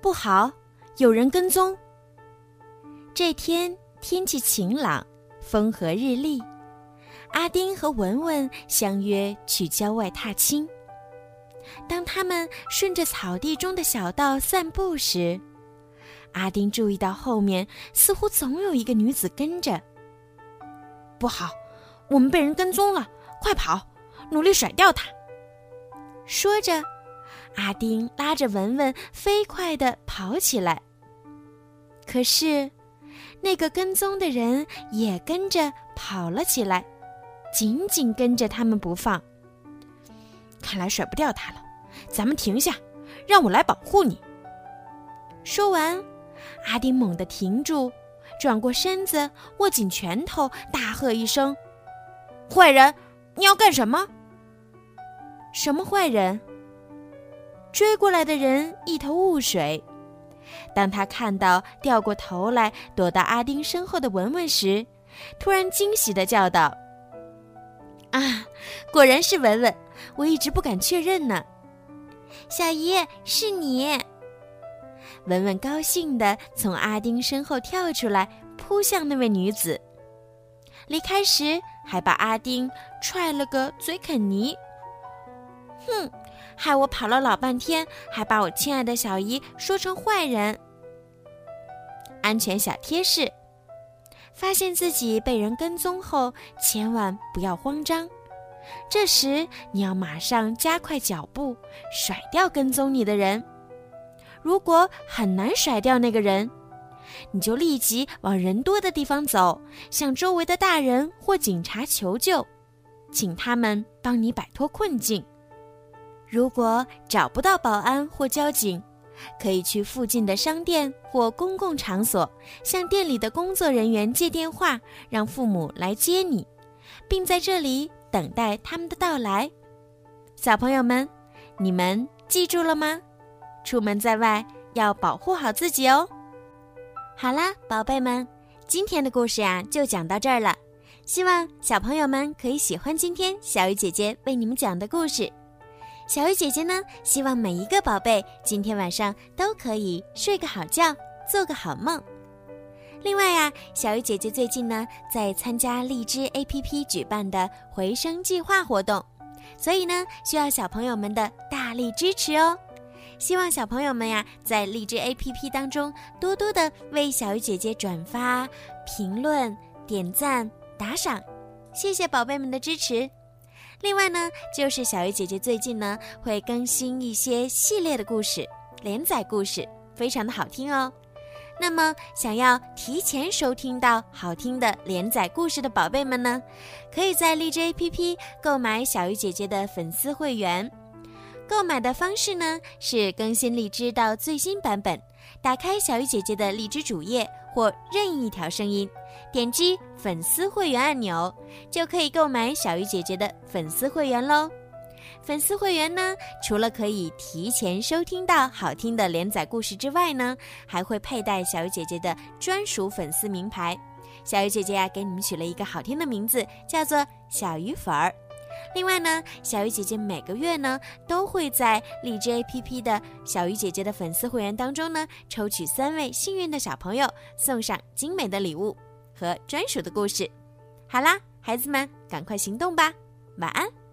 不好，有人跟踪。这天天气晴朗，风和日丽，阿丁和文文相约去郊外踏青。当他们顺着草地中的小道散步时，阿丁注意到后面似乎总有一个女子跟着。不好，我们被人跟踪了，快跑，努力甩掉她。说着，阿丁拉着文文飞快地跑起来。可是那个跟踪的人也跟着跑了起来，紧紧跟着他们不放。看来甩不掉他了，咱们停下，让我来保护你。说完，阿丁猛地停住，转过身子，握紧拳头，大喝一声：坏人，你要干什么？什么坏人？追过来的人一头雾水。当他看到掉过头来躲到阿丁身后的文文时，突然惊喜地叫道：啊，果然是文文，我一直不敢确认呢。小姨，是你。文文高兴地从阿丁身后跳出来，扑向那位女子。离开时还把阿丁踹了个嘴啃泥。哼，害我跑了老半天，还把我亲爱的小姨说成坏人。安全小贴士：发现自己被人跟踪后，千万不要慌张。这时你要马上加快脚步，甩掉跟踪你的人。如果很难甩掉那个人，你就立即往人多的地方走，向周围的大人或警察求救，请他们帮你摆脱困境。如果找不到保安或交警，可以去附近的商店或公共场所，向店里的工作人员借电话，让父母来接你，并在这里等待他们的到来。小朋友们，你们记住了吗？出门在外要保护好自己哦。好啦，宝贝们，今天的故事呀，就讲到这儿了。希望小朋友们可以喜欢今天小鱼姐姐为你们讲的故事。小鱼姐姐呢，希望每一个宝贝今天晚上都可以睡个好觉，做个好梦。另外呀，小鱼姐姐最近呢，在参加荔枝 APP 举办的回声计划活动，所以呢，需要小朋友们的大力支持哦。希望小朋友们呀，在荔枝 APP 当中多多的为小鱼姐姐转发、评论、点赞、打赏，谢谢宝贝们的支持。另外呢，就是小鱼姐姐最近呢，会更新一些系列的故事，连载故事，非常的好听哦。那么想要提前收听到好听的连载故事的宝贝们呢，可以在荔枝 APP 购买小鱼姐姐的粉丝会员。购买的方式呢，是更新荔枝到最新版本，打开小鱼姐姐的荔枝主页或任意一条声音，点击粉丝会员按钮，就可以购买小鱼姐姐的粉丝会员咯。粉丝会员呢，除了可以提前收听到好听的连载故事之外呢，还会佩戴小鱼姐姐的专属粉丝名牌。小鱼姐姐呀，给你们取了一个好听的名字，叫做小鱼粉儿。另外呢，小鱼姐姐每个月呢，都会在荔枝 APP 的小鱼姐姐的粉丝会员当中呢，抽取3位幸运的小朋友，送上精美的礼物和专属的故事。好啦，孩子们，赶快行动吧，晚安。